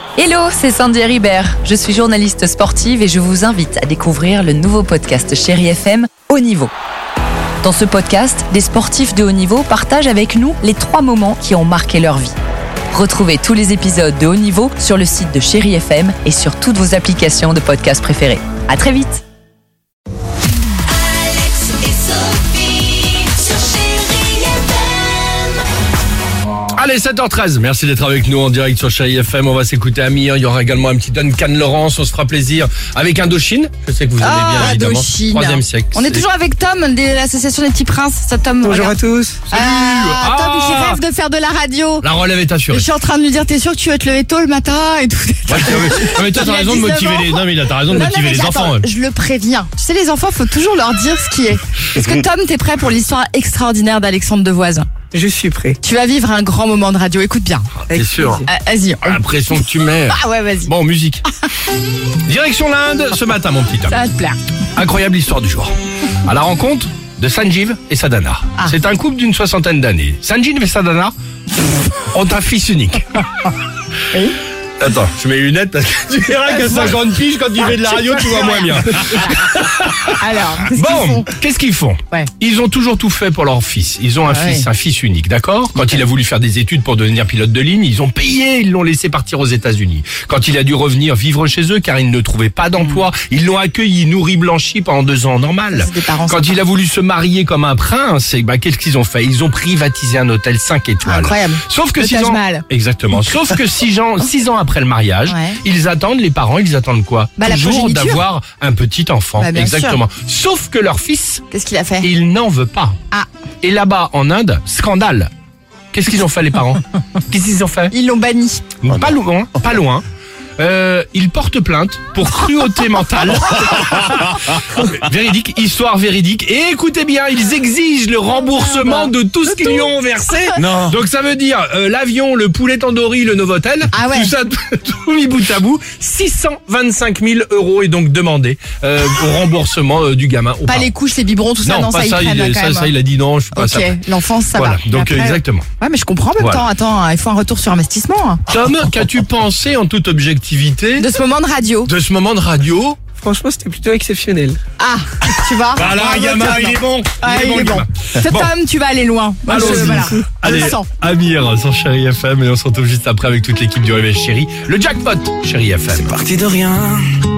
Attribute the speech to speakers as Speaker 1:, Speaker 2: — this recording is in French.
Speaker 1: Hello, c'est Sandy Ribert. Je suis journaliste sportive et je vous invite à découvrir le nouveau podcast Chéri FM Haut Niveau. Dans ce podcast, des sportifs de haut niveau partagent avec nous les 3 moments qui ont marqué leur vie. Retrouvez tous les épisodes de Haut Niveau sur le site de Chéri FM et sur toutes vos applications de podcast préférées. À très vite.
Speaker 2: Allez, 7h13, merci d'être avec nous en direct sur Chéri FM. On va s'écouter Amir, il y aura également un petit Duncan Laurence, on se fera plaisir avec Indochine. Je sais que vous aimez bien, évidemment.
Speaker 3: Indochine.
Speaker 2: 3e siècle.
Speaker 3: On est toujours avec Tom de l'association des petits princes. Ça, Tom,
Speaker 4: Bonjour
Speaker 3: regarde.
Speaker 4: à tous.
Speaker 3: Tom qui rêve de faire de la radio.
Speaker 2: La relève est
Speaker 3: Je
Speaker 2: assurée.
Speaker 3: suis en train de lui dire, t'es sûr que tu vas te lever tôt le matin et tout.
Speaker 2: Ouais, non, mais toi, t'as
Speaker 3: Il a
Speaker 2: raison de
Speaker 3: 19
Speaker 2: motiver
Speaker 3: ans.
Speaker 2: les... Non, mais t'as raison de
Speaker 3: Non,
Speaker 2: motiver
Speaker 3: mais
Speaker 2: les
Speaker 3: attends,
Speaker 2: enfants.
Speaker 3: je le préviens. Tu sais, les enfants, faut toujours leur dire ce qui est. Est-ce que Tom, t'es prêt pour l'histoire extraordinaire d'Alexandre Devoise?
Speaker 4: Je suis prêt.
Speaker 3: Tu vas vivre un grand moment de radio. Écoute bien.
Speaker 2: C'est sûr.
Speaker 3: Vas-y.
Speaker 2: L'impression que tu mets.
Speaker 3: Ah ouais, vas-y.
Speaker 2: Bon, musique. Direction l'Inde, ce matin, mon petit Tom.
Speaker 3: Ça va te plaire.
Speaker 2: Incroyable histoire du jour. À la rencontre de Sanjeev et Sadhana. C'est un couple d'une 60aine d'années. Sanjeev et Sadhana ont un fils unique.
Speaker 3: Oui.
Speaker 2: Attends, je mets les lunettes parce que tu verras qu'à 50 piges, quand tu fais de la radio, tu vois moins bien.
Speaker 3: Alors, qu'est-ce qu'ils
Speaker 2: Bon,
Speaker 3: font?
Speaker 2: qu'est-ce qu'ils font?
Speaker 3: Ouais.
Speaker 2: Ils ont toujours tout fait pour leur fils. Ils ont un fils unique, d'accord? Quand il a voulu faire des études pour devenir pilote de ligne, ils ont payé, ils l'ont laissé partir aux États-Unis. Quand il a dû revenir vivre chez eux car il ne trouvait pas d'emploi, ils l'ont accueilli, nourri, blanchi pendant 2 ans, normal.
Speaker 3: C'est des parents
Speaker 2: Quand il a voulu se marier comme un prince, qu'est-ce qu'ils ont fait? Ils ont privatisé un hôtel 5 étoiles.
Speaker 3: Incroyable.
Speaker 2: Sauf que
Speaker 3: Le
Speaker 2: 6
Speaker 3: Taj
Speaker 2: ans,
Speaker 3: Mahal.
Speaker 2: exactement. Sauf que 6 ans après le mariage,
Speaker 3: Ouais.
Speaker 2: ils attendent quoi?
Speaker 3: Bah, la
Speaker 2: Toujours
Speaker 3: progéniture.
Speaker 2: d'avoir un petit enfant.
Speaker 3: Bah, bien
Speaker 2: Exactement. Sauf que leur fils,
Speaker 3: Qu'est-ce qu'il a fait?
Speaker 2: il n'en veut pas.
Speaker 3: Ah.
Speaker 2: Et là-bas, en Inde, scandale. Qu'est-ce qu'ils ont fait, les parents? Qu'est-ce qu'ils ont fait?
Speaker 3: Ils l'ont banni.
Speaker 2: Pas loin, pas loin. Ils portent plainte pour cruauté mentale. Véridique, histoire véridique. Et écoutez bien, ils exigent le remboursement de tout ce qu'ils lui ont versé.
Speaker 4: Non.
Speaker 2: Donc ça veut dire l'avion, le poulet tandoori, le Novotel,
Speaker 3: Ah ouais.
Speaker 2: tout ça, tout mis bout à bout. 625 000 € est donc demandé au remboursement du gamin.
Speaker 3: Pas les couches, les biberons, tout ça.
Speaker 2: Non,
Speaker 3: Non,
Speaker 2: pas
Speaker 3: ça, ils
Speaker 2: ça,
Speaker 3: prennent quand même.
Speaker 2: il a dit non, je suis pas ça.
Speaker 3: Ok, l'enfance, ça
Speaker 2: Voilà,
Speaker 3: va. Mais
Speaker 2: donc
Speaker 3: après-
Speaker 2: exactement.
Speaker 3: Ouais, mais je comprends en même
Speaker 2: Voilà.
Speaker 3: temps. Attends, il faut un retour sur investissement.
Speaker 2: Tom, qu'as-tu pensé en toute objectivité
Speaker 3: De ce moment de radio.
Speaker 2: de ce moment de radio?
Speaker 4: Franchement, c'était plutôt exceptionnel.
Speaker 3: Ah, tu vois.
Speaker 2: Voilà,
Speaker 3: Bravo,
Speaker 2: gamin,
Speaker 3: Tom.
Speaker 2: il est bon.
Speaker 3: Ah, il est
Speaker 2: le
Speaker 3: bon.
Speaker 2: gamin.
Speaker 3: Cet
Speaker 2: Bon.
Speaker 3: homme, tu vas aller loin. Moi, je-
Speaker 2: Allons-y.
Speaker 3: voilà.
Speaker 2: Allez,
Speaker 3: Je le sens.
Speaker 2: Amir sur Chéri FM et on se retrouve juste après avec toute l'équipe du Réveil Chéri. Le jackpot Chéri FM.
Speaker 5: Parti de rien,